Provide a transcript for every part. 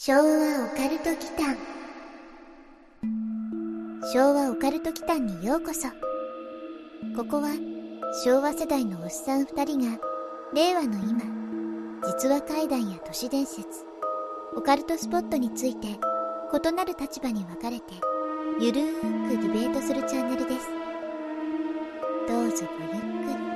昭和オカルト祈間。昭和オカルト祈間にようこそ。ここは昭和世代のおっさん2人が令和の今、実話怪談や都市伝説、オカルトスポットについて異なる立場に分かれてゆるーくディベートするチャンネルです。どうぞごゆっくり。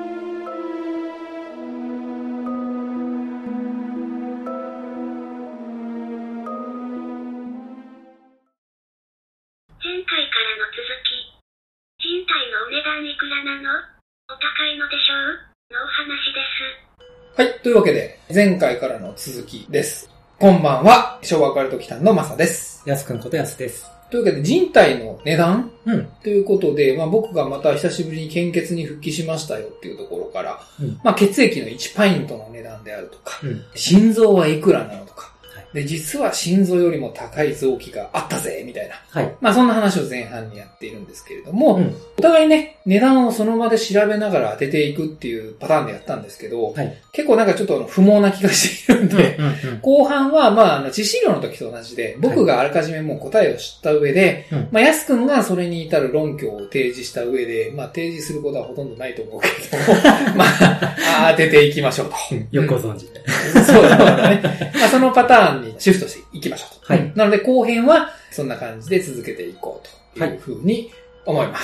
前回からの続き。人体のお値段いくらなの？お高いのでしょう？のお話です。 はい。というわけで、前回からの続きです。こんばんは。昭和オカルト祈間のマサです。 やすくんことやすです。 というわけで、人体の値段うん。 ということで、僕がまた久しぶりに献血に復帰しましたよっていうところから、血液の1パイントの値段であるとか、心臓はいくらなのとか、で、実は心臓よりも高い臓器があったぜみたいな。 はい。 そんな話を前半にやっているんですけれども、お互いね、値段をその場で調べながら当てていくっていうパターンでやったんですけど、 はい。 結構ちょっと不毛な気がしているんで、後半は致死量の時と同じで、僕があらかじめもう答えを知った上で、やすくんがそれに至る論拠を提示した上で、提示することはほとんどないと思うけれども、当てていきましょうと。 よくご存知で。 そうだね。そのパターンにシフトしていきましょうと。 はい。 なので後編はそんな感じで続けていこうというふうに思います。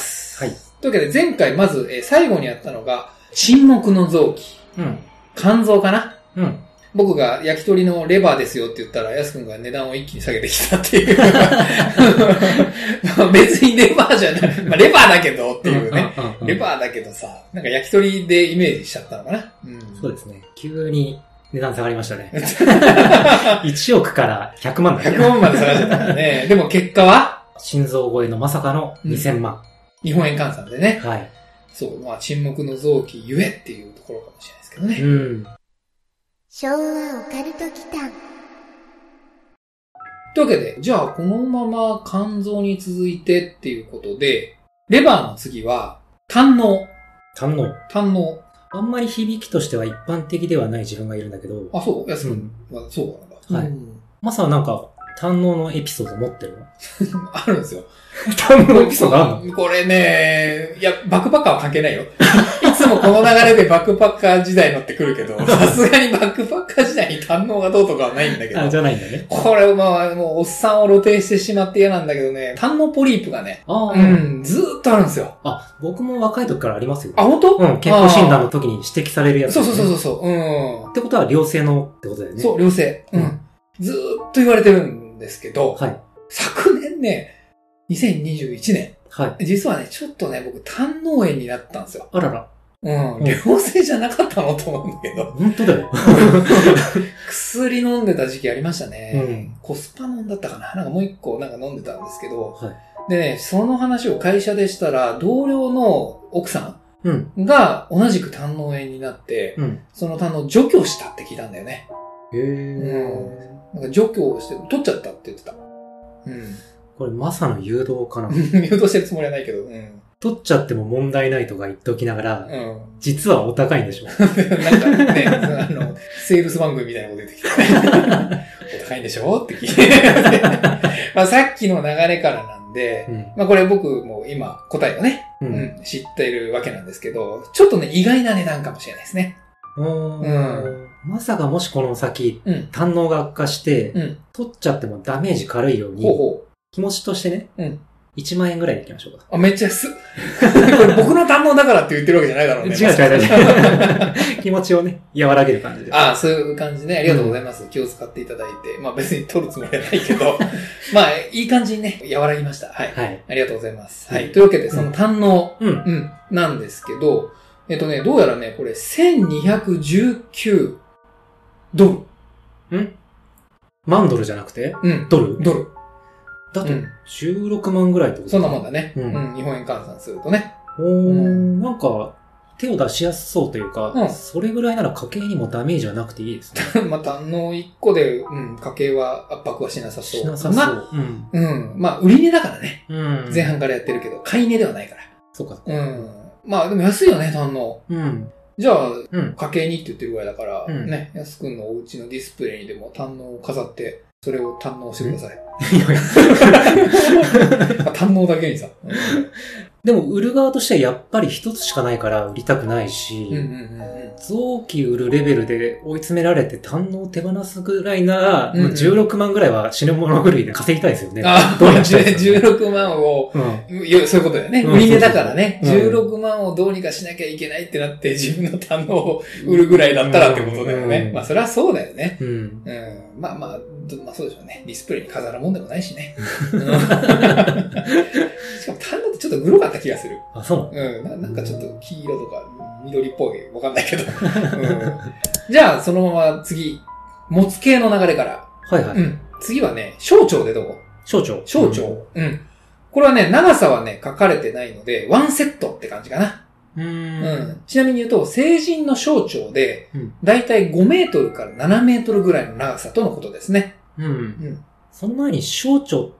はい。 というわけで前回まず最後にやったのが沈黙の臓器。肝臓かな。僕が焼き鳥のレバーですよって言ったら、やすくんが値段を一気に下げてきたっていう。別にレバーじゃない。レバーだけどっていうね。レバーだけどさ、焼き鳥でイメージしちゃったのかな。 そうですね。急に値段下がりましたね。1億から100万だね。 100万まで下がっちゃったからね。でも結果は心臓超えのまさかの2000万。 日本円換算でね。 はい。 そう、沈黙の臓器ゆえっていうところかもしれないですけどね。 昭和オカルト祈間。 というわけで、じゃあこのまま肝臓に続いてっていうことで、レバーの次は胆の。 胆の。あんまり響きとしては一般的ではない自分がいるんだけど。 あ、そう？やすくんはそうなんだ。 はい。まさは胆ののエピソード持ってるの？ あるんですよ。 胆のエピソードあるの？ これね、いや、バックパッカーは関係ないよ。いつもこの流れでバックパッカー時代のってくるけど、さすがにバックパッカー時代に胆のがどうとかはないんだけど。 じゃないんだね。 これもうおっさんを露呈してしまって嫌なんだけどね、胆のポリープがね、ずーっとあるんですよ。 僕も若い時からありますよ。 本当？ 健康診断の時に指摘されるやつ、ね。 そう。 ってことは良性のってことだよね。 そう、良性。ずーっと言われてるんですけど、 はい。 昨年ね、2021年。 はい。 実はね、ちょっとね、僕、胆嚢炎になったんですよ。 あらら。 良性じゃなかったのと思うんだけど。 本当だよ。 薬飲んでた時期ありましたね。コスパ飲んだったかな。もう一個飲んでたんですけど。 はい。 でね、その話を会社でしたら、同僚の奥さんが同じく胆嚢炎になって、その胆の除去したって聞いたんだよね。除去をして、取っちゃったって言ってた。 これまさの誘導かな。 誘導してるつもりはないけど。 取っちゃっても問題ないとか言っておきながら、実はお高いんでしょ。 セールス番組みたいなこと出てきて、お高いんでしょって聞いて。さっきの流れからなんで、これ僕も今答えをね、知っているわけなんですけど、ちょっとね、意外な値段かもしれないですね。 まさかもしこの先、胆のが悪化して、取っちゃってもダメージ軽いように、気持ちとしてね、1万円ぐらいでいきましょうか。 めっちゃ安っ。これ僕の胆のだからって言ってるわけじゃないだろうね。 違う。気持ちをね、和らげる感じで。 そういう感じね。ありがとうございます。気を使っていただいて。別に取るつもりはないけど、いい感じにね、和らぎました。はい。ありがとうございます。はい。というわけで、その胆の、なんですけど、どうやらね、これ、1219ドル。 万ドルじゃなくて？ドルだと、16万ぐらいってこと？ そんなもんだね。日本円換算するとね。 手を出しやすそうというか、それぐらいなら家計にもダメージはなくていいですね。 胆の1個で、家計は圧迫はしなさそう。 しなさそう。 売り値だからね。前半からやってるけど、買い値ではないから。 そうか。 でも安いよね、胆の。じゃあ、家計にって言ってるぐらいだから、ね、やすくんのお家のディスプレイにでも胆のを飾ってそれを堪能してください。堪能だけにさ。 でも売る側としてはやっぱり一つしかないから売りたくないし、臓器売るレベルで追い詰められて堪能を手放すぐらいなら、16万ぐらいは死ぬ物狂いで稼ぎたいですよね。 どうやって16万を、そういうことだよね。売り値だからね、16万をどうにかしなきゃいけないってなって自分の堪能を売るぐらいだったらってことだよね。まあそれはそうだよね。まあそうでしょうね。ディスプレイに飾るもんでもないしね。しかも堪能ってちょっとグロかった気がする。 あ、そうなんかちょっと黄色とか緑っぽい、わかんないけど。じゃあ、そのまま次、持つ系の流れから。 はいはい。 次はね、小腸でどう？小腸。これはね、長さはね、書かれてないので、ワンセットって感じかな。ちなみに言うと、成人の小腸で、だいたい5メートルから7メートルぐらいの長さとのことですね。 その前に小腸って、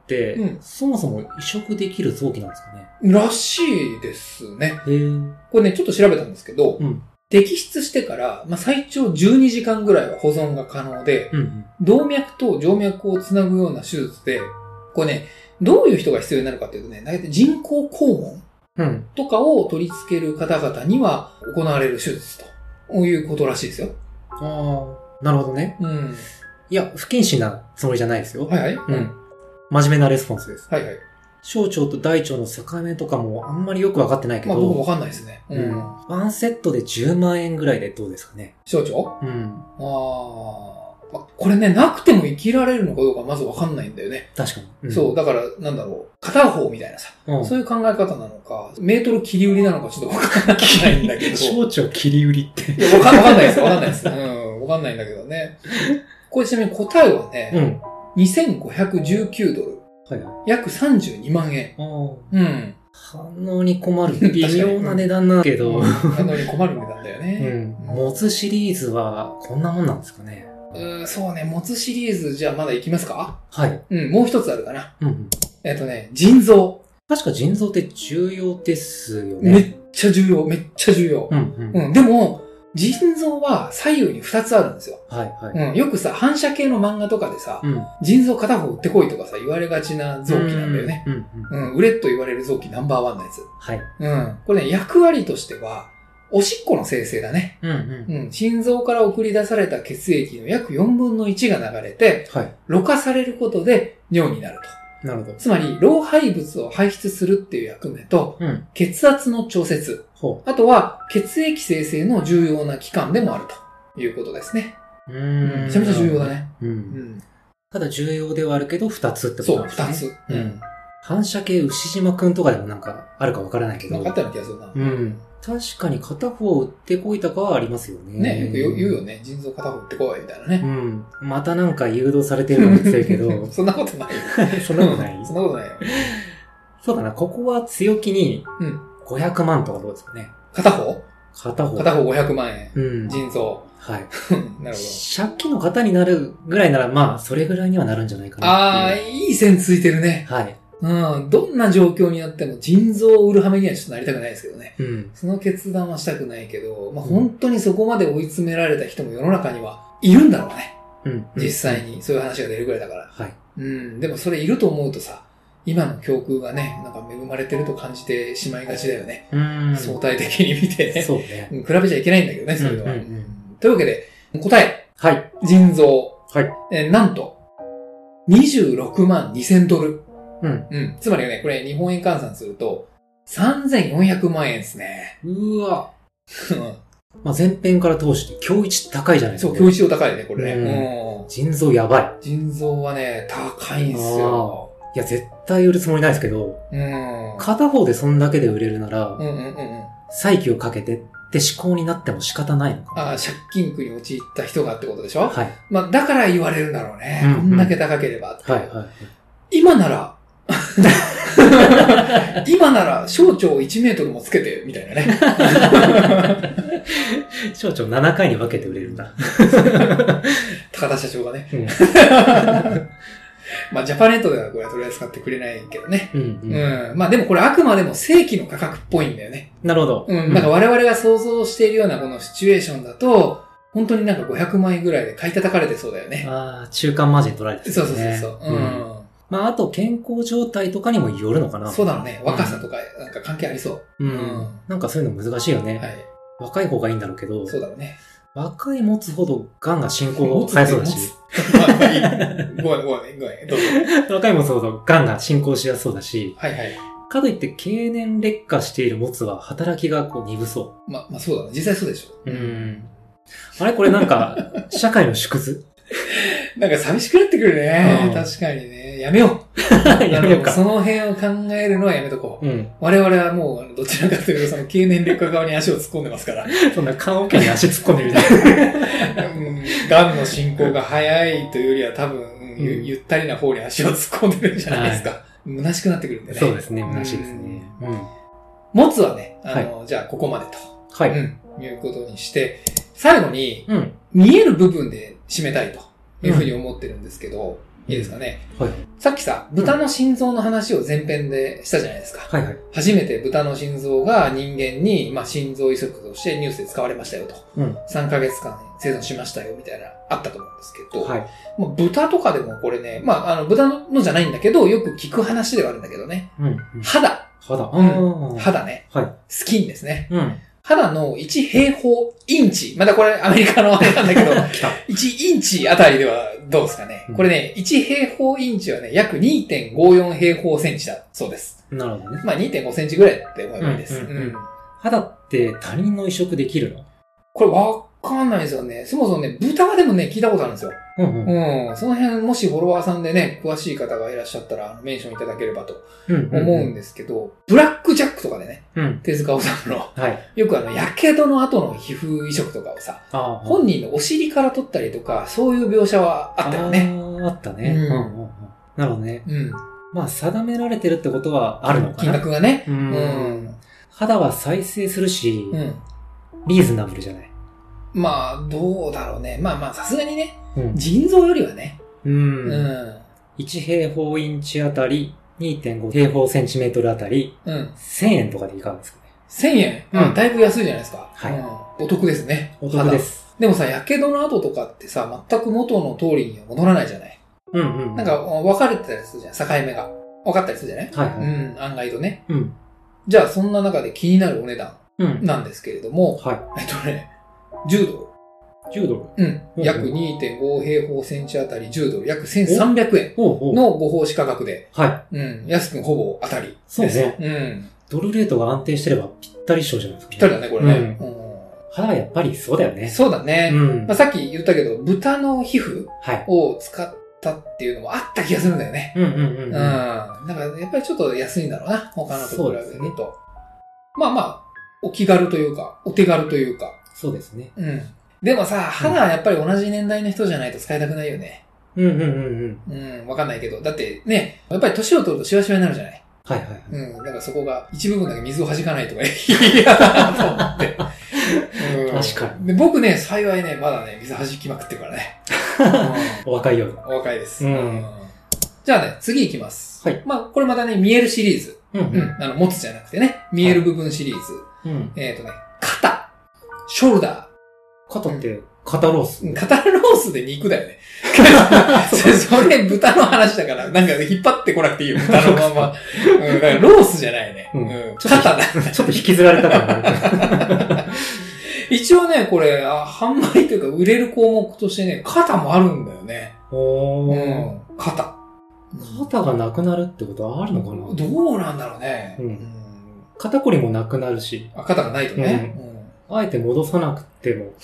そもそも移植できる臓器なんですかね？ らしいですね。これね、ちょっと調べたんですけど、摘出してから、最長12時間ぐらいは保存が可能で、動脈と静脈をつなぐような手術で、これね、どういう人が必要になるかっていうとね、大体人工肛門とかを取り付ける方々には行われる手術ということらしいですよ。 なるほどね。いや、不謹慎なつもりじゃないですよ。真面目なレスポンスです。小腸と大腸の境目とかもあんまりよくわかってないけど。 僕もわかんないですね。 ワンセットで10万円ぐらいでどうですかね。 小腸？これね、なくても生きられるのかどうかまずわかんないんだよね。 確かに。 そう、だから、なんだろう。片方みたいなさ。そういう考え方なのか、メートル切り売りなのかちょっとわかんないんだけど。 小腸切り売りって。 いや、わかんないです。わかんないです。わかんないんだけどね。これちなみに答えはね、2519ドル。約32万円。 反応に困る。微妙な値段だけど。 反応に困る値段だよね。 持つシリーズはこんなもんなんですかね。 そうね、持つシリーズじゃあまだ行きますか？もう一つあるかな。腎臓。 確か腎臓って重要ですよね。 めっちゃ重要。でも、腎臓は左右に2つあるんですよ。よくさ、反射系の漫画とかでさ、腎臓片方売ってこいとかさ、言われがちな臓器なんだよね。売れと言われる臓器ナンバー1のやつ。これね、役割としては、おしっこの生成だね。心臓から送り出された血液の約4分の1が流れて、ろ過されることで尿になると。 なるほど。 つまり、老廃物を排出するっていう役目と、血圧の調節、あとは血液生成の重要な器官でもあるということですね。めちゃめちゃ重要だね。 ただ重要ではあるけど、2つってことなんですね。 そう、2つ。 反射系牛島くんとかでもなんかあるかわからないけど。 分かったような気がするな。 確かに片方売ってこいたかはありますよね。 ね、よく言うよね。腎臓片方売ってこいみたいなね。 またなんか誘導されてるのも言ってるけど。 そんなことないよ。 そんなことないそんなことないよ。 そうだな、ここは強気に、500万とかどうですかね。 片方500万円。腎臓。 なるほど。借金の型になるぐらいなら、まあ、それぐらいにはなるんじゃないかな。 いい線ついてるね。どんな状況になっても腎臓を売る羽目にはちょっとなりたくないですけどね。その決断はしたくないけど、本当にそこまで追い詰められた人も世の中にはいるんだろうね。実際にそういう話が出るぐらいだから。でもそれいると思うとさ、今の教訓がね、なんか恵まれてると感じてしまいがちだよね。相対的に見てね。 そうね。 比べちゃいけないんだけどね、そういうのは。というわけで、答え。腎臓。なんと、26万2000ドル。つまりね、これ日本円換算すると、3400万円ですね。 うわ。前編から通して、今日一高いじゃないですか。 そう、今日一高いね、これね。 腎臓やばい。 腎臓はね、高いんすよ。 いや、絶対売るつもりないですけど、片方でそんだけで売れるなら、再起をかけてって思考になっても仕方ないのか。 借金苦に陥った人がってことでしょ？だから言われるんだろうね。こんだけ高ければって。今なら、小腸1メートルもつけて、みたいなね。 小腸7回に分けて売れるんだ。 高田社長がね。ジャパネットではこれは取り扱ってくれないけどね。でもこれあくまでも正規の価格っぽいんだよね。 なるほど。 我々が想像しているようなこのシチュエーションだと、 本当になんか500万円ぐらいで買い叩かれてそうだよね。 ああ、中間マージン取られてそうそうそう。 まあ、あと健康状態とかにもよるのかな。 そうだろうね。若さとか、なんか関係ありそう。 なんかそういうの難しいよね。 はい。 若い方がいいんだろうけど。 そうだろうね。 若い持つほど癌が進行早そうだし。 ごめん、どうぞ。 若い持つほど癌が進行しやすそうだし。 はいはい。 かといって経年劣化している持つは働きがこう鈍そう。 まあそうだね。実際そうでしょ。 あれこれなんか、社会の縮図なんか寂しくなってくるね。確かにね。やめよう。 やめようか。 その辺を考えるのはやめとこう。我々はもう、どちらかというと、その経年劣化側に足を突っ込んでますから。 そんな棺桶に足突っ込んでみたいな。癌の進行が早いというよりは多分、ゆったりな方に足を突っ込んでるんじゃないですか。虚しくなってくるんでね。 そうですね、虚しいですね。 持つはね、じゃあここまでと。 はい。 いうことにして、最後に、見える部分で締めたいというふうに思ってるんですけど、いいですかね。 はい。 さっきさ、豚の心臓の話を前編でしたじゃないですか。 はいはい。 初めて豚の心臓が人間に、まあ、心臓移植としてニュースで使われましたよと。3ヶ月間生存しましたよみたいな、あったと思うんですけど、はい。まあ、豚とかでもこれね、まあ、豚のじゃないんだけど、よく聞く話ではあるんだけどね。肌。肌ね。はい。スキンですね。肌の1平方インチ。またこれアメリカのあれなんだけど、1インチあたりではどうですかね。これね、1平方インチはね、約 2.54 平方センチだそうです。 なるほどね。 まあ 2.5 センチぐらいって思えばいいです。 肌って他人の移植できるの？ これわかんないですよね。そもそもね、豚はでもね、聞いたことあるんですよ。その辺、もしフォロワーさんでね、詳しい方がいらっしゃったら、メンションいただければと思うんですけど、ブラックジャックとかでね、手塚治虫の、よくやけどの後の皮膚移植とかをさ、本人のお尻から取ったりとか、そういう描写はあったよね。 あったね。なるほどね。まあ、定められてるってことはあるのかな。 金額がね。 肌は再生するし、リーズナブルじゃない。 まあ、どうだろうね。まあ、さすがにね、腎臓よりはね。 1平方インチあたり、2.5 平方センチメートルあたり、1000円とかでいかがですかね。1000円だいぶ安いじゃないですか。はい。お得ですね。 お得です。 でもさ、やけどの後とかってさ、全く元の通りには戻らないじゃない。なんか、分かれてたりするじゃん、境目が。分かったりするじゃない。はい。案外とね。じゃあ、そんな中で気になるお値段なんですけれども、10ドル。 10ドル約 2.5 平方センチあたり10ドル、約1300円のご奉仕価格で、安くほぼ当たりです。 そうね。ドルレートが安定してればぴったり賞じゃないですか。 ぴったりだね、これね。 肌はやっぱりそうだよね。 そうだね。さっき言ったけど、豚の皮膚を使ったっていうのもあった気がするんだよね。なんかやっぱりちょっと安いんだろうな、他のと比べると。まあ、お気軽というか、お手軽というか。 そうですね。 でもさ、肌はやっぱり同じ年代の人じゃないと使いたくないよね。わかんないけど。だってね、やっぱり年を取るとシワシワになるじゃない。だからそこが一部分だけ水を弾かないとか嫌だなと思って。 確かに。 で僕ね、幸いね、まだね、水弾きまくってるからね。 お若いように。 お若いです。じゃあね、次行きます。まあ、これまたね、見えるシリーズ。持つじゃなくてね、見える部分シリーズ。肩、ショルダー。 肩って肩ロース。 肩ロースで肉だよね。それ豚の話だから、なんか引っ張ってこなくていいよ、豚のまま。だからロースじゃないね。肩だ。 ちょっと引きずられたから一応ね、これ、販売というか売れる項目としてね、肩もあるんだよね。肩。 肩がなくなるってことはあるのかな？ どうなんだろうね。 肩こりもなくなるし。 肩がないとね。 あえて戻さなくても。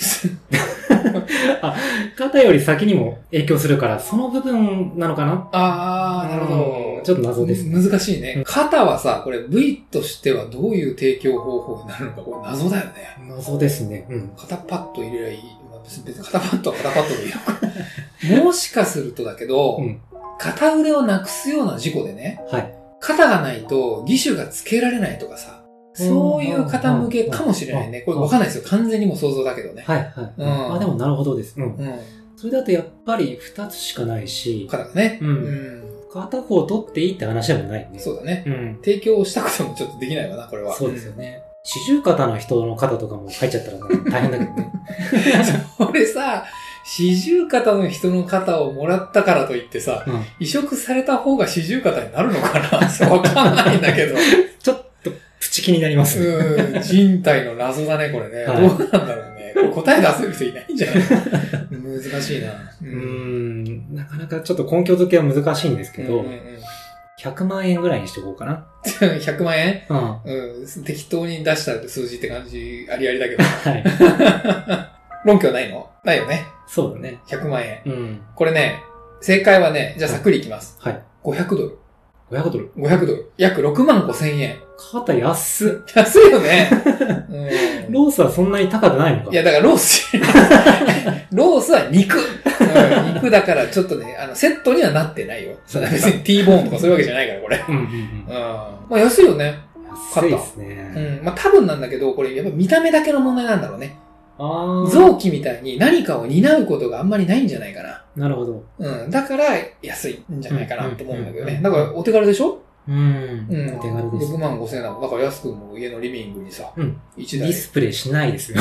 肩より先にも影響するから、その部分なのかな？ なるほど。 ちょっと謎ですね。 難しいね。肩はさ、これ部位としてはどういう提供方法になるのか、これ謎だよね。 謎ですね。 肩パッド入れりゃいい。別に肩パッドは肩パッドでいいのか。もしかするとだけど、片腕をなくすような事故でね、肩がないと義手がつけられないとかさ、そういう方向けかもしれないね。これわかんないですよ。完全にも想像だけどね。 でもなるほどです。それだとやっぱり2つしかないし、 肩がね。 片方取っていいって話でもないね。 そうだね。提供したくてもちょっとできないわな、これは。 そうですよね。 四十肩の人の肩とかも入っちゃったら大変だけどね。 それさ、四十肩の人の肩をもらったからといってさ、移植された方が四十肩になるのかなわかんないんだけど。 ちょっとプチ気になりますね。人体の謎だね、これね。どうなんだろうね。答え出せる人いないんじゃない難しいな。 なかなかちょっと根拠付けは難しいんですけど、100万円ぐらいにしておこうかな。 100万円適当に出した数字って感じ、ありありだけど。はい。論拠ないの？ないよね。 そうだね。 100万円。これね、正解はね、じゃあざっくりいきます。 はい。 $500。 $500。 約65,000円。 肩安いよね。 ロースはそんなに高くないのか。 いや、だからロースは肉。肉だからちょっとね、セットにはなってないよ。別に T ボーンとかそういうわけじゃないから、これ。まあ安いよね。 安いですね。 まあ多分なんだけど、これやっぱ見た目だけの問題なんだろうね。臓器みたいに何かを担うことがあんまりないんじゃないかな。 なるほど。 だから安いんじゃないかなと思うんだけどね。だからお手軽でしょ？お手軽です。65,000円なの。だから安くも家のリビングにさ、 1台。ディスプレイしないですよ。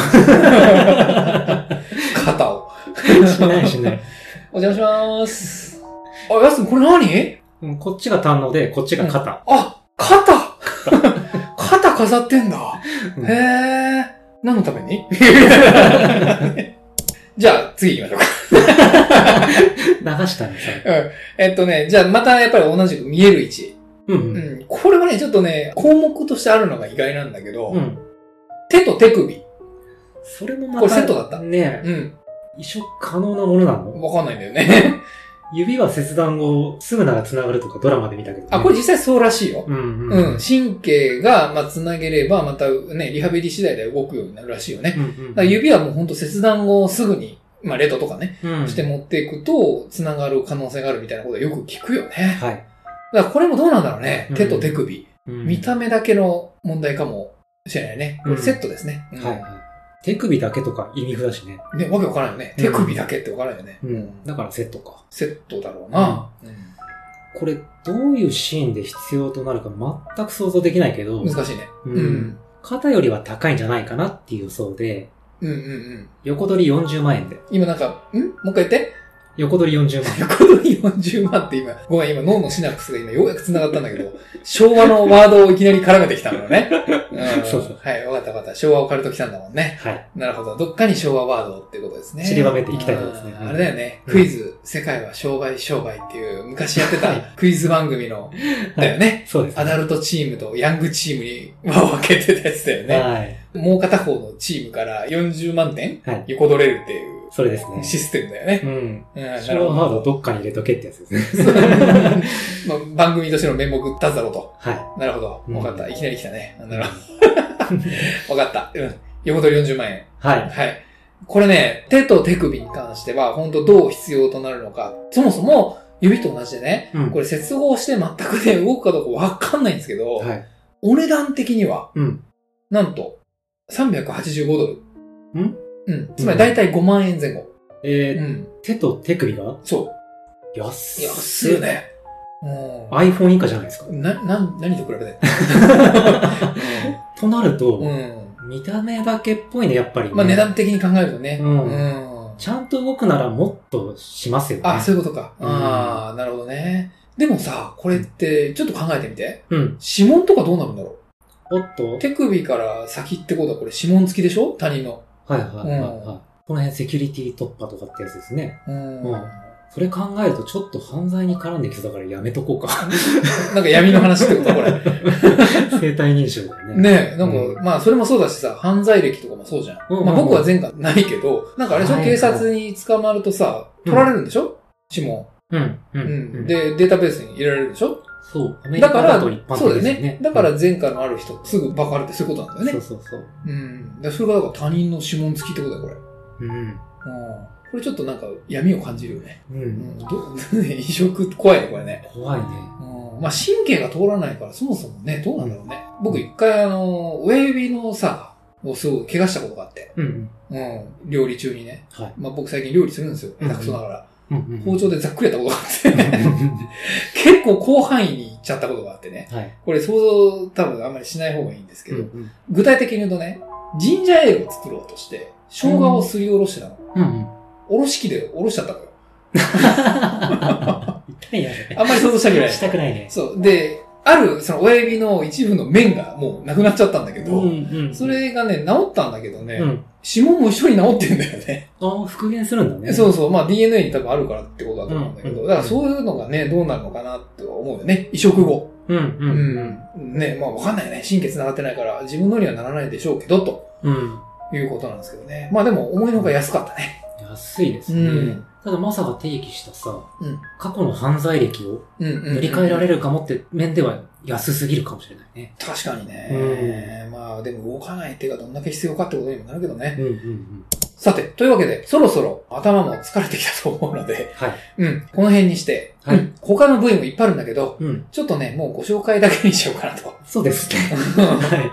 肩を。 しない。 お邪魔します。あ、安くんこれ何？ こっちが胆ので、こっちが肩。 肩飾ってんだ。へー。何のためにじゃあ、次行きましょうか。流したんですよ。じゃあ、またやっぱり同じく見える位置。これはね、ちょっとね、項目としてあるのが意外なんだけど、手と手首。 それもまた、 これセットだった。 ね移植可能なものなの？ わかんないんだよね。 指は切断後、すぐなら繋がるとかドラマで見たけど、ね。 これ実際そうらしいよ。神経が、繋げれば、またね、リハビリ次第で動くようになるらしいよね。だから指はもうほんと切断後すぐに、レトとかね、して持っていくと、繋がる可能性があるみたいなことはよく聞くよね。はい。だからこれもどうなんだろうね。手と手首。見た目だけの問題かもしれないね。これセットですね。 はい。手首だけとか意味不だしね。 ね、わけわからないよね。手首だけってわからないよね。 だからセットか。 セットだろうな。 これ、どういうシーンで必要となるか全く想像できないけど。 難しいね。 肩よりは高いんじゃないかなっていう予想で。横取り40万円で。 今なんか、もう一回言って。 横取り40万。 横取り40万って今、ごめん、今脳のシナプスが今ようやく繋がったんだけど、昭和のワードをいきなり絡めてきたのよね。 そうそう。 はい、わかった。昭和を借りときたんだもんね。はい。なるほど。どっかに昭和ワードっていうことですね。 散りばめていきたいところですね。 あれだよね。クイズ、世界は商売っていう、昔やってたクイズ番組の、だよね。 そうです。 アダルトチームとヤングチームに輪を分けてたやつだよね。はい。もう片方のチームから40万点横取れるっていう。 それですね。 システムだよね。 昭和ワードどっかに入れとけってやつですね。 番組としての面目立つだろうと。 はい。 なるほど。わかった。いきなり来たね。なるほど。わかった。横取り40万円。 はい。 はい。これね、手と手首に関しては、本当どう必要となるのか。そもそも、指と同じでね、これ接合して全くね、動くかどうかわかんないんですけど、お値段的には、なんと、$385。つまり大体5万円前後。 手と手首が？ そう。安いね。 iPhone 以下じゃないですか。 何と比べてとなると、見た目だけっぽいね、やっぱりね。 値段的に考えるとね。 ちゃんと動くならもっとしますよね。 そういうことか。なるほどね。でもさ、これってちょっと考えてみて。指紋とかどうなるんだろう？ おっと？ 手首から先ってことはこれ指紋付きでしょ？他人の。 はい。この辺セキュリティ突破とかってやつですね。それ考えるとちょっと犯罪に絡んできそうだからやめとこうか。 なんか闇の話ってことこれ。 生体認証だよね。 ねえ、なんか、それもそうだしさ、犯罪歴とかもそうじゃん。僕は前回ないけど、なんかあれでしょ、警察に捕まるとさ、取られるんでしょ？指紋。で、データベースに入れられるでしょ？ そう。 だから、そうだよね。だから前科のある人、すぐバカるってそういうことなんだよね。 そう。 それがだから他人の指紋付きってことだよ、これ。これちょっとなんか闇を感じるよね。移植怖いね、これね。 怖いね。 神経が通らないから、そもそもね、どうなんだろうね。僕一回親指のさ、をすごい怪我したことがあって。料理中にね。僕最近料理するんですよ。下手くそながら。 包丁でざっくりやったことがあって、結構広範囲に行っちゃったことがあってね。はい、これ想像多分あんまりしない方がいいんですけど、具体的に言うとね、ジンジャーエールを作ろうとして、生姜をすりおろしてたの。おろし器でおろしちゃったのよ。 痛いやね。 あんまり想像したくない。 したくないね。 そう。で、ある、その親指の一部の面がもうなくなっちゃったんだけど、それがね、治ったんだけどね、指紋も一緒に治ってるんだよね。 ああ、復元するんだね。 そうそう。まあ DNA に多分あるからってことだと思うんだけど、だからそういうのがね、どうなるのかなって思うよね。移植後。ね、まあわかんないよね。神経繋がってないから、自分のにはならないでしょうけど、ということなんですけどね。まあでも思いのほか安かったね。 安いですね。ただマサが提起したさ、過去の犯罪歴を塗り替えられるかもって面では安すぎるかもしれないね。 確かにね。まあでも動かない手がどんだけ必要かってことにもなるけどね。さて、というわけで、そろそろ頭も疲れてきたと思うので、この辺にして、他の部位もいっぱいあるんだけど、ちょっとね、もうご紹介だけにしようかなと。 そうですね。はい。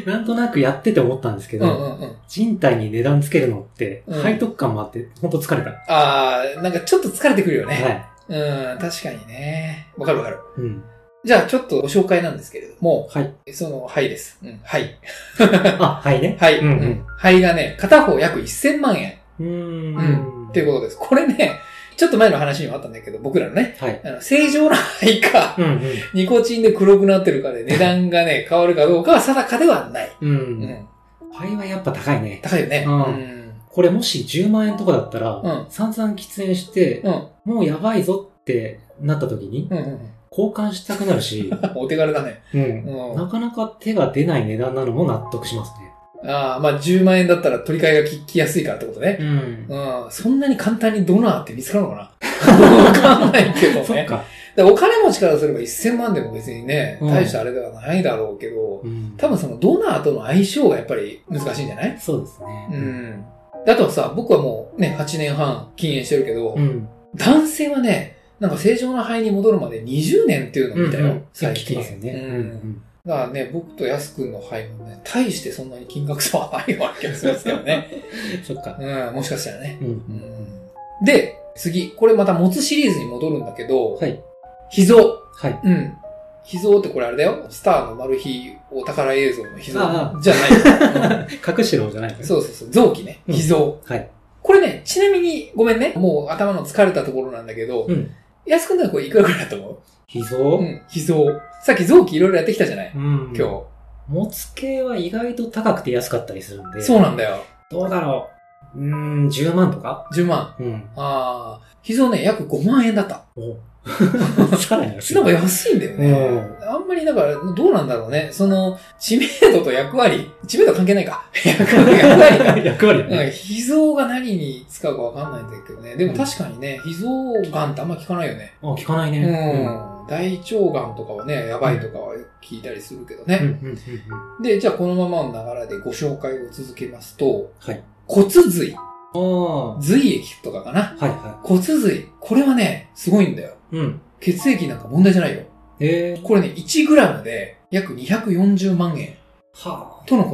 なんとなくやってて思ったんですけど、人体に値段つけるのって、背徳感もあって、ほんと疲れた。 ああ、なんかちょっと疲れてくるよね。確かにね。わかるわかる。じゃあ、ちょっとご紹介なんですけれども、はいです。はい。 はいね。 はい。はいがね、片方約1000万円。っていうことです。これね、ちょっと前の話にもあったんだけど、僕らのね、正常な肺か、ニコチンで黒くなってるかで値段がね、変わるかどうかは定かではない。 肺はやっぱ高いね。 高いよね。 これもし10万円とかだったら、散々喫煙して、もうやばいぞってなった時に、交換したくなるし。 お手軽だね。 なかなか手が出ない値段なのも納得しますね。 ああ、まあ10万円だったら取り替えが効きやすいからってことね。そんなに簡単にドナーって見つかるのかなわかんないけどね。そっか。お金持ちからすれば1000万でも別にね、大したあれではないだろうけど、多分そのドナーとの相性がやっぱり難しいんじゃない？ そうですね。 あとはさ、僕はもうね、8年半禁煙してるけど、男性はね、なんか正常な肺に戻るまで20年っていうのを見たよ。最近。 聞きますよね。 だからね、僕とヤス君の肺もね、大してそんなに金額差はないわけですけどね。 そっか。 もしかしたらね。で、次、これまた持つシリーズに戻るんだけど、秘蔵。秘蔵ってこれあれだよ。スターのマル秘お宝映像の秘蔵じゃない。 隠してる方じゃない。 そう。臓器ね。秘蔵。これね、ちなみに、ごめんね。もう頭の疲れたところなんだけど、ヤス君のはこれいくらくらいだと思う？ 秘蔵？ 秘蔵。さっき臓器いろいろやってきたじゃない？今日。 持つ系は意外と高くて安かったりするんで。 そうなんだよ。 どうだろう。10万とか？ 10 万。秘蔵ね、約5万円だった。 さらに安い。 なんか安いんだよね。あんまりだから、どうなんだろうね。その、知名度と役割。知名度関係ないか。役割。秘蔵が何に使うかわかんないんだけどね。でも確かにね、秘蔵がんってあんま聞かないよね。 聞かないね。 大腸がんとかはね、やばいとかは聞いたりするけどね。で、じゃあこのままの流れでご紹介を続けますと、骨髄。髄液とかかな。骨髄。これはね、すごいんだよ。血液なんか問題じゃないよ。これね、1g で約240万円。とのこと。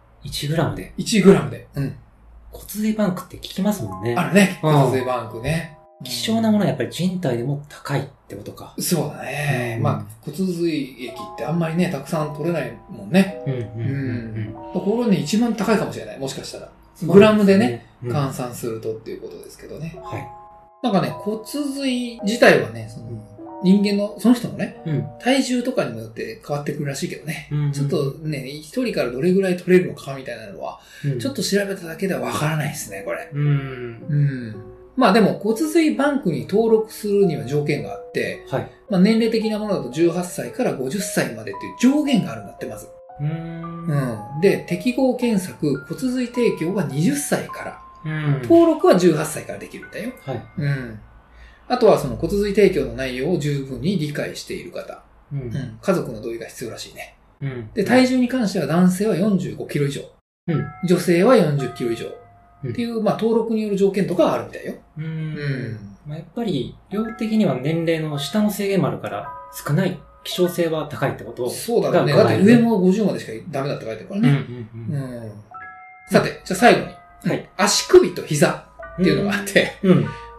1g で ?1g で。 骨髄バンクって聞きますもんね。 あるね。骨髄バンクね。 希少なものはやっぱり人体でも高いってことか。 そうだね。まあ、骨髄液ってあんまりね、たくさん取れないもんね。これね、一番高いかもしれない。もしかしたら。グラムでね、換算するとっていうことですけどね。なんかね、骨髄自体はね、その人間の、その人のね、体重とかにもよって変わってくるらしいけどね。ちょっとね、一人からどれぐらい取れるのかみたいなのは、ちょっと調べただけではわからないですね、これ。まあでも骨髄バンクに登録するには条件があって、まあ年齢的なものだと18歳から50歳までっていう上限があるんだって、まず。で、適合検索、骨髄提供は20歳から。登録は18歳からできるんだよ。あとはその骨髄提供の内容を十分に理解している方。家族の同意が必要らしいね。で、体重に関しては男性は45キロ以上。女性は40キロ以上。っていう、まあ、登録による条件とかはあるみたいよ。 まあ、やっぱり、量的には年齢の下の制限もあるから、少ない。希少性は高いってことそうだね。だって上も50までしかダメだって書いてるからね。さて、じゃあ最後に。足首と膝っていうのがあって、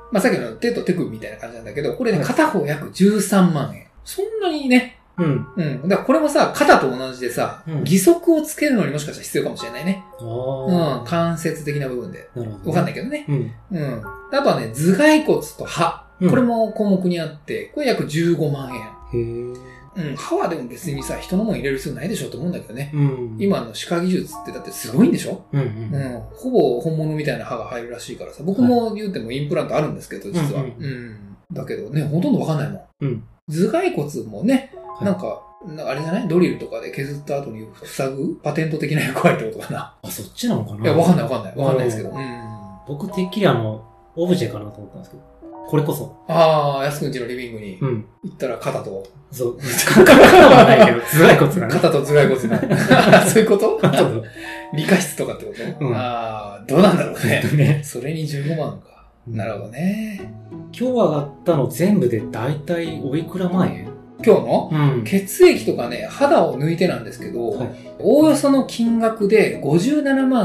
まあ、さっきの手と手首みたいな感じなんだけど、これね、片方約13万円。そんなにね。うん。だからこれもさ、肩と同じでさ、義足をつけるのにもしかしたら必要かもしれないね。関節的な部分で。わかんないけどね。あとはね、頭蓋骨と歯。これも項目にあって、これ約15万円。歯はでも別にさ、人のもん入れる必要ないでしょと思うんだけどね。今の歯科技術ってだってすごいんでしょ。ほぼ本物みたいな歯が入るらしいからさ、僕も言うてもインプラントあるんですけど、実は。だけどね、ほとんどわかんないもん。頭蓋骨もね、なんかあれじゃない？ドリルとかで削った後に塞ぐパテント的な役割ってことかな。 あ、そっちなのかな？ いや、わかんないですけど。 僕てっきりオブジェかなと思ったんですけど。これこそ。 ああ、安くんちのリビングに行ったら肩と。 そう。肩はないけど、頭蓋骨がね。 肩と頭蓋骨が。そういうこと理科室とかってこと？ああ、どうなんだろうね。それに15万か。なるほどね。 今日上がったの全部でだいたいおいくら万円？ 今日の、血液とかね、肌を抜いてなんですけど、おおよその金額で57万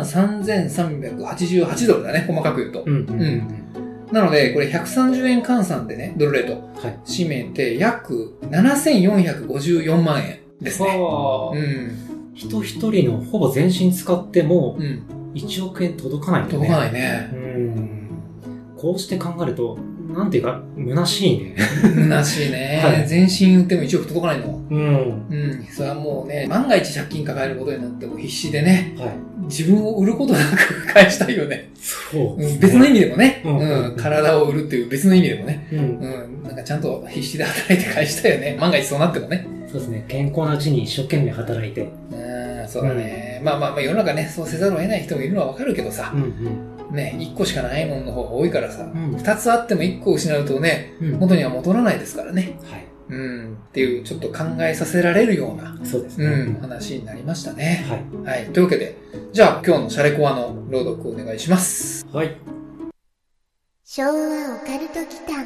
3388ドルだね、細かく言うと。なので、これ130円換算でね、ドルレート。締めて約7454万円ですね。 人一人のほぼ全身使っても、1億円届かないんだね。 届かないね。 こうして考えると、なんていうか、虚しいね。 虚しいね。全身売っても1億届かないの。それはもうね、万が一借金抱えることになっても必死でね、自分を売ることなく返したいよね。 そう。 別の意味でもね、体を売るっていう別の意味でもね、なんかちゃんと必死で働いて返したいよね。万が一そうなってもね。 そうですね。健康なうちに一生懸命働いて。 そうだね。まあ世の中ね、そうせざるを得ない人もいるのはわかるけどさ、ね、1個しかないものの方が多いからさ、2つあっても1個失うとね、元には戻らないですからね。っていう、ちょっと考えさせられるような、話になりましたね。というわけで、じゃあ今日のシャレコアの朗読お願いします。 昭和オカルト祈祷。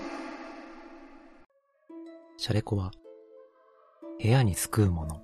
シャレコア、部屋に救うもの。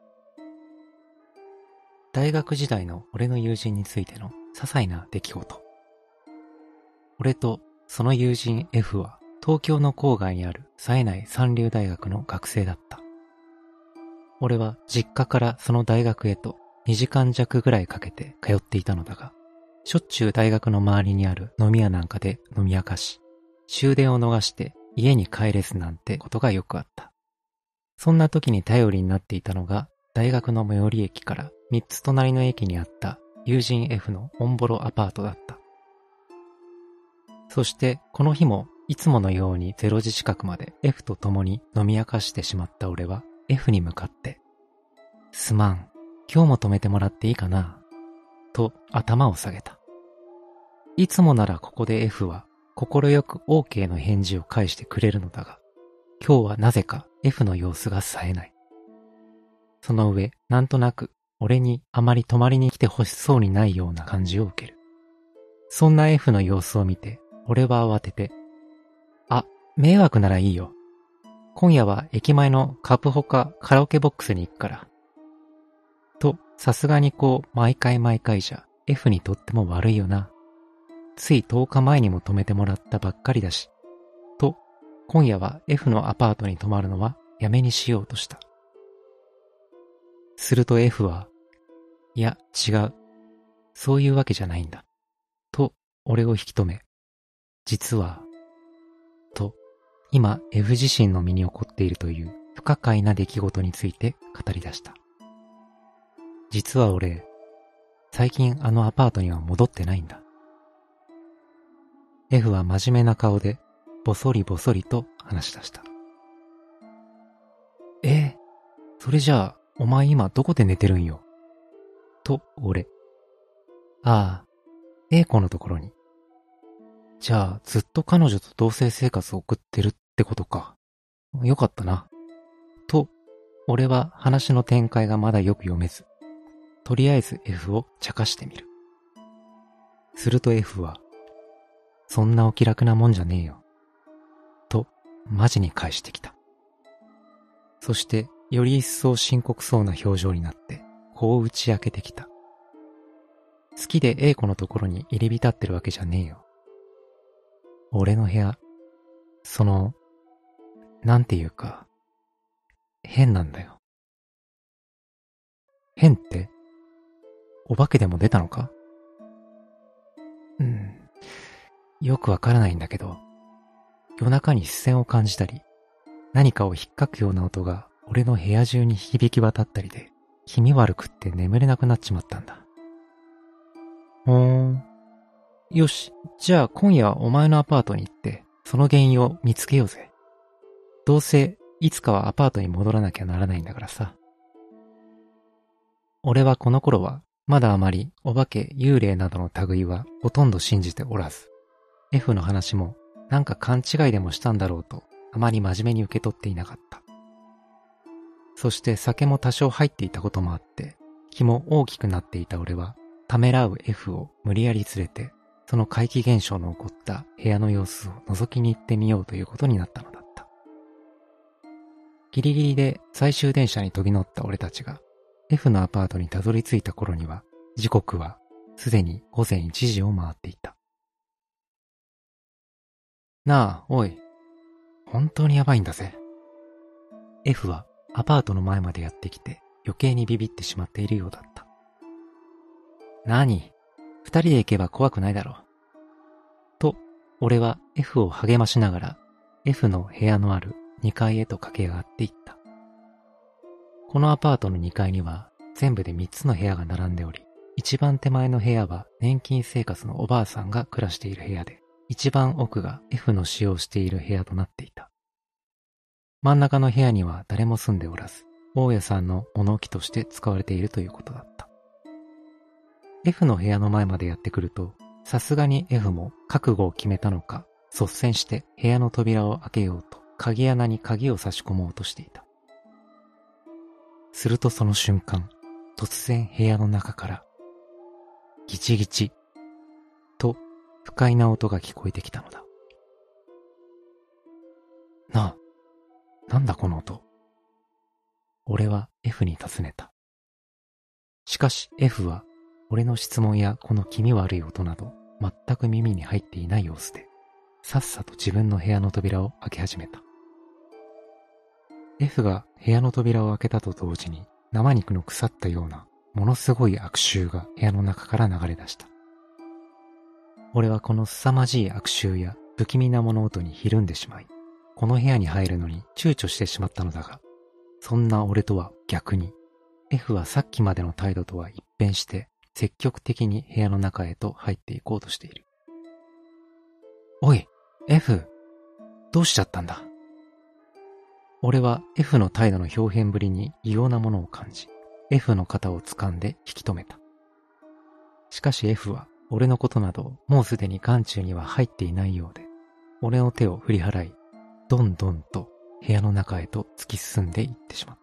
大学時代の俺の友人についての些細な出来事。俺とその友人 F は東京の郊外にある冴えない三流大学の学生だった。俺は実家からその大学へと2時間弱ぐらいかけて通っていたのだが、しょっちゅう大学の周りにある飲み屋なんかで飲み明かし、終電を逃して家に帰れずなんてことがよくあった。そんな時に頼りになっていたのが大学の最寄り駅から3つ隣の駅にあった友人 F のオンボロアパートだった。そしてこの日もいつものように0時近くまで F と共に飲み明かしてしまった俺は F に向かって、すまん、今日も止めてもらっていいかなと頭を下げた。いつもならここで F は快く OK の返事を返してくれるのだが、今日はなぜか F の様子が冴えない。その上、なんとなく俺にあまり泊まりに来て欲しそうにないような感じを受ける。そんな F の様子を見て、俺は慌てて、迷惑ならいいよ。今夜は駅前のカプホカカラオケボックスに行くから。と、さすがに毎回じゃ F にとっても悪いよな。つい10日前にも泊めてもらったばっかりだし。と、今夜は F のアパートに泊まるのはやめにしようとした。すると F は、いや、違う。そういうわけじゃないんだ。と、俺を引き止め。実は、と、今 F 自身の身に起こっているという不可解な出来事について語り出した。実は俺、最近あのアパートには戻ってないんだ。F は真面目な顔で、ボソリボソリと話し出した。それじゃあ、お前今どこで寝てるんよ。と、俺。ああ、A 子のところに。じゃあ、ずっと彼女と同棲生活を送ってるってことか。よかったな。と、俺は話の展開がまだよく読めず、とりあえず F を茶化してみる。すると F は、そんなお気楽なもんじゃねえよ。と、マジに返してきた。そして、より一層深刻そうな表情になって、こう打ち明けてきた。好きで A 子のところに入り浸ってるわけじゃねえよ。 俺の部屋、なんていうか、変なんだよ。変って？お化けでも出たのか？よくわからないんだけど、夜中に視線を感じたり、何かを引っかくような音が俺の部屋中に響き渡ったりで、気味悪くって眠れなくなっちまったんだ。よし、じゃあ今夜はお前のアパートに行って、その原因を見つけようぜ。どうせ、いつかはアパートに戻らなきゃならないんだからさ。俺はこの頃は、まだあまりお化け、幽霊などの類はほとんど信じておらず、F の話もなんか勘違いでもしたんだろうと、あまり真面目に受け取っていなかった。そして酒も多少入っていたこともあって、気も大きくなっていた俺は、ためらう F を無理やり連れて、その怪奇現象の起こった部屋の様子を覗きに行ってみようということになったのだった。ギリギリで最終電車に飛び乗った俺たちが、F のアパートにたどり着いた頃には、時刻はすでに午前1時を回っていた。なあ、おい。本当にやばいんだぜ。F はアパートの前までやってきて余計にビビってしまっているようだった。何？二人で行けば怖くないだろう。と、俺は F を励ましながら F の部屋のある2階へと駆け上がっていった。このアパートの2階には全部で3つの部屋が並んでおり、一番手前の部屋は年金生活のおばあさんが暮らしている部屋で、一番奥が F の使用している部屋となっていた。真ん中の部屋には誰も住んでおらず、大家さんの物置として使われているということだった。F の部屋の前までやってくると、さすがに F も覚悟を決めたのか、率先して部屋の扉を開けようと、鍵穴に鍵を差し込もうとしていた。するとその瞬間、突然部屋の中から、ギチギチ、と不快な音が聞こえてきたのだ。なんだこの音。俺は F に尋ねた。しかし F は俺の質問やこの気味悪い音など全く耳に入っていない様子で、さっさと自分の部屋の扉を開け始めた。F が部屋の扉を開けたと同時に生肉の腐ったようなものすごい悪臭が部屋の中から流れ出した。俺はこの凄まじい悪臭や不気味な物音にひるんでしまい、この部屋に入るのに躊躇してしまったのだが、そんな俺とは逆に、F はさっきまでの態度とは一変して積極的に部屋の中へと入っていこうとしている。おい、F、どうしちゃったんだ？俺は F の態度の表変ぶりに異様なものを感じ、F の肩を掴んで引き止めた。しかし F は俺のことなどもうすでに眼中には入っていないようで、俺の手を振り払い、どんどんと部屋の中へと突き進んでいってしまった。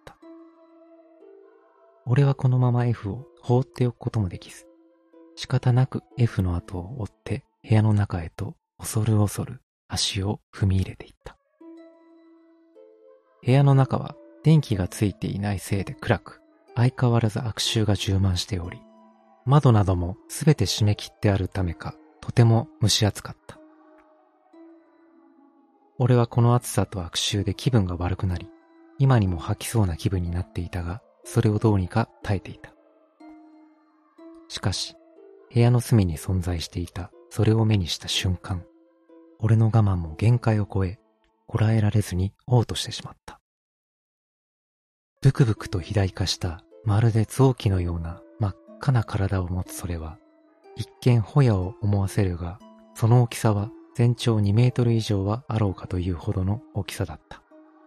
俺はこのまま F を放っておくこともできず、仕方なく F の後を追って部屋の中へと恐る恐る足を踏み入れていった。部屋の中は電気がついていないせいで暗く、相変わらず悪臭が充満しており、窓などもすべて閉め切ってあるためか、とても蒸し暑かった。俺はこの暑さと悪臭で気分が悪くなり、今にも吐きそうな気分になっていたが、それをどうにか耐えていた。しかし、部屋の隅に存在していたそれを目にした瞬間、俺の我慢も限界を超え、こらえられずに嘔吐してしまった。ブクブクと肥大化したまるで臓器のような真っ赤な体を持つそれは、一見ホヤを思わせるが、その大きさは全長2メートル以上はあろうかというほどの大きさだった。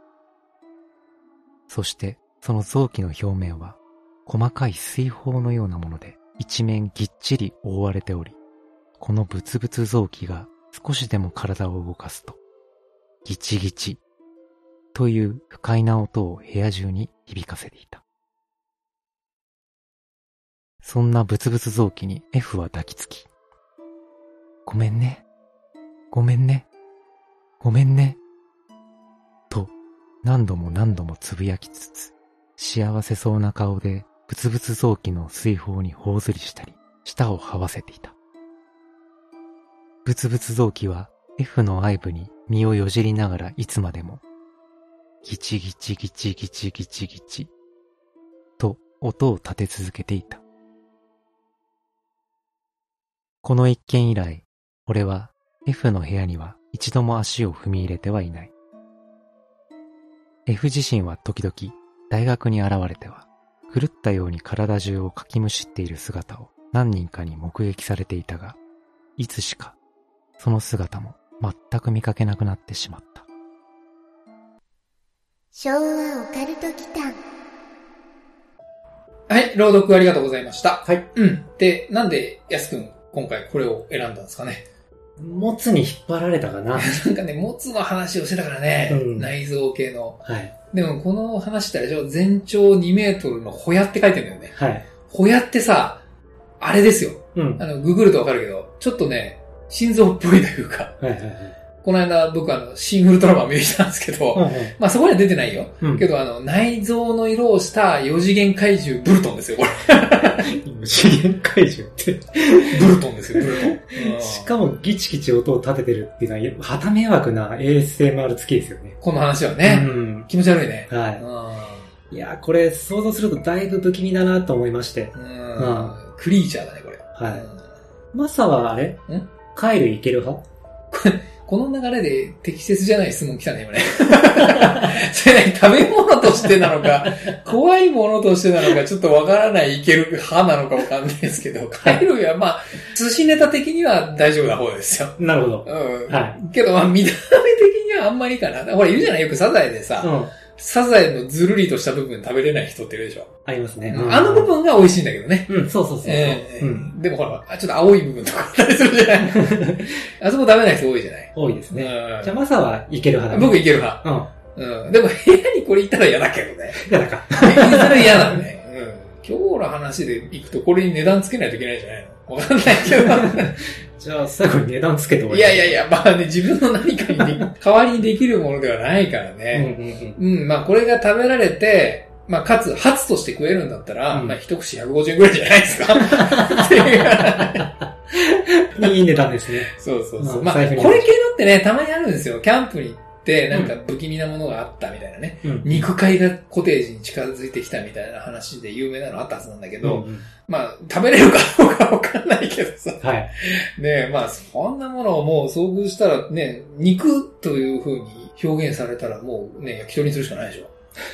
そしてその臓器の表面は細かい水泡のようなもので一面ぎっちり覆われており、このブツブツ臓器が少しでも体を動かすと、ギチギチという不快な音を部屋中に響かせていた。そんなブツブツ臓器に F は抱きつき、ごめんね、ごめんね、ごめんね、と何度も何度もつぶやきつつ、幸せそうな顔でブツブツ臓器の水泡に頬ずりしたり、舌を這わせていた。ブツブツ臓器は F の愛部に身をよじりながらいつまでも、ギチギチギチギチギチギチ、と音を立て続けていた。この一件以来、俺は F の部屋には一度も足を踏み入れてはいない。F 自身は時々大学に現れては、狂ったように体中をかきむしっている姿を何人かに目撃されていたが、いつしかその姿も全く見かけなくなってしまった。 昭和オカルト祈祷。 はい、朗読ありがとうございました。 はい。 で、なんでやすくん今回これを選んだんですかね。 モツに引っ張られたかな。 なんかね、モツの話をしてたからね、内臓系の。 はい。 でもこの話ってあれでしょ、全長2メートルのホヤって書いてるんだよね。 はい。 ホヤってさ、あれですよ。ググるとわかるけど、ちょっとね、心臓っぽいというか。はいはいはい。この間僕新ウルトラマン見てきたんですけど、まあそこには出てないよ。けど内臓の色をした4次元怪獣ブルトンですよ、これ。 4次元怪獣って。 ブルトンですよ、ブルトン。 しかもギチギチ音を立ててるっていうのは、はた迷惑な ASMR 付きですよね。 この話はね。気持ち悪いね。 はい。いや、これ想像するとだいぶ不気味だなと思いまして。 クリーチャーだね、これ。 はい。マサはあれ貝類いける派この流れで適切じゃない質問来たね、今ね。それ食べ物としてなのか、怖いものとしてなのか、ちょっとわからない、いける派なのかわかんないですけど、貝類はまあ、寿司ネタ的には大丈夫な方ですよ。 なるほど。 はい。けどまあ、見た目的にはあんまりかな。ほら、いるじゃないよくサザエでさ、サザエのずるりとした部分食べれない人っているでしょ。 ありますね。 あの部分が美味しいんだけどね。 そうそうそう。 でもほら、ちょっと青い部分とかあったりするじゃないあそこダメな人多いじゃない。 多いですね。じゃあマサはいける派だね。 僕いける派。でも部屋にこれ行ったら嫌だけどね。 嫌だか。 それ嫌だね。今日の話で行くとこれに値段つけないといけないんじゃないのわかんないけど。 じゃあ最後に値段つけておいて。 いや、まあね、自分の何かに代わりにできるものではないからね。まあこれが食べられて、まあかつ、ハツとして食えるんだったら、まあ一口150円くらいじゃないですか。 いい値段ですね。 そう。まあこれ系のってね、たまにあるんですよ。キャンプに行って、なんか不気味なものがあったみたいなね。肉塊がコテージに近づいてきたみたいな話で有名なのあったはずなんだけど、まあ、食べれるかどうかわかんないけどさ。はい。ねえ、まあ、そんなものをもう遭遇したらね、肉という風に表現されたらもうね、焼き鳥にするしかないでしょ。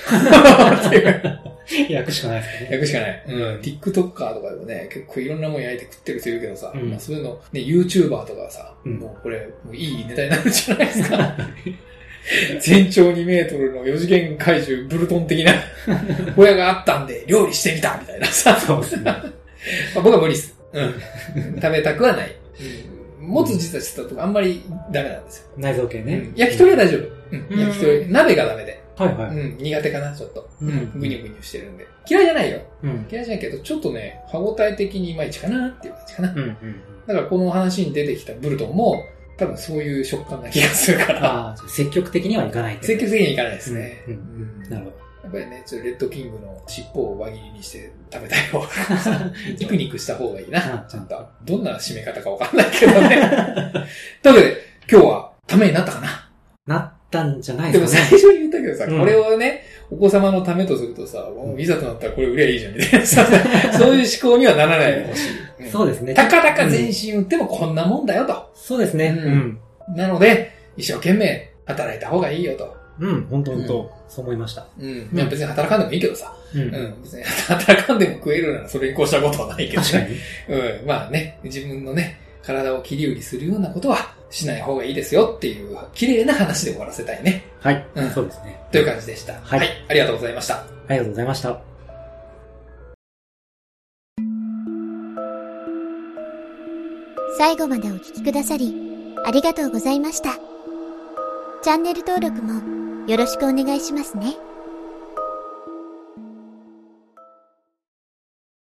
焼くしかないですね。 焼くしかない。TikToker とかでもね、結構いろんなもん焼いて食ってる人いるけどさ、まあそういうの、ね、YouTuber とかはさ、もうこれ、もういいネタになるんじゃないですか。全長2メートルの4次元怪獣ブルトン的な小屋があったんで料理してみたみたいなさ。 そうですね。 まあ、僕は無理っす。食べたくはない。持つ実はしたとかあんまりダメなんですよ。 内臓系ね。 焼き鳥は大丈夫。焼き鳥。鍋がダメで。 はいはい。 苦手かな、ちょっと。ぐにゅぐにゅしてるんで。嫌いじゃないよ。嫌いじゃないけど、ちょっとね、歯応え的にいまいちかなっていう感じかな。だからこの話に出てきたブルトンも、多分そういう食感な気がするから。 積極的にはいかない。 積極的にはいかないですね。 なるほど。 やっぱりね、ちょっとレッドキングの尻尾を輪切りにして食べたい方が、ニクニクした方がいいな。ちゃんと。どんな締め方かわかんないけどね。というわけで、今日はためになったかな？ なったんじゃないですかね。 でも最初に言ったけどさ、これをね、お子様のためとするとさ、いざとなったらこれ売りゃいいじゃんみたいなさ、そういう思考にはならないでほしい。 そうですね。 たかだか全身売ってもこんなもんだよと。 そうですね。 なので、一生懸命働いた方がいいよと。 本当そう思いました。 別に働かんでもいいけどさ。別に働かんでも食えるならそれに越したことはないけどね。 確かに。 まあね、自分のね、体を切り売りするようなことはしない方がいいですよっていう、綺麗な話で終わらせたいね。 はい。そうですね。 という感じでした。はい。ありがとうございました。 ありがとうございました。 最後までお聞きくださり、ありがとうございました。チャンネル登録もよろしくお願いしますね。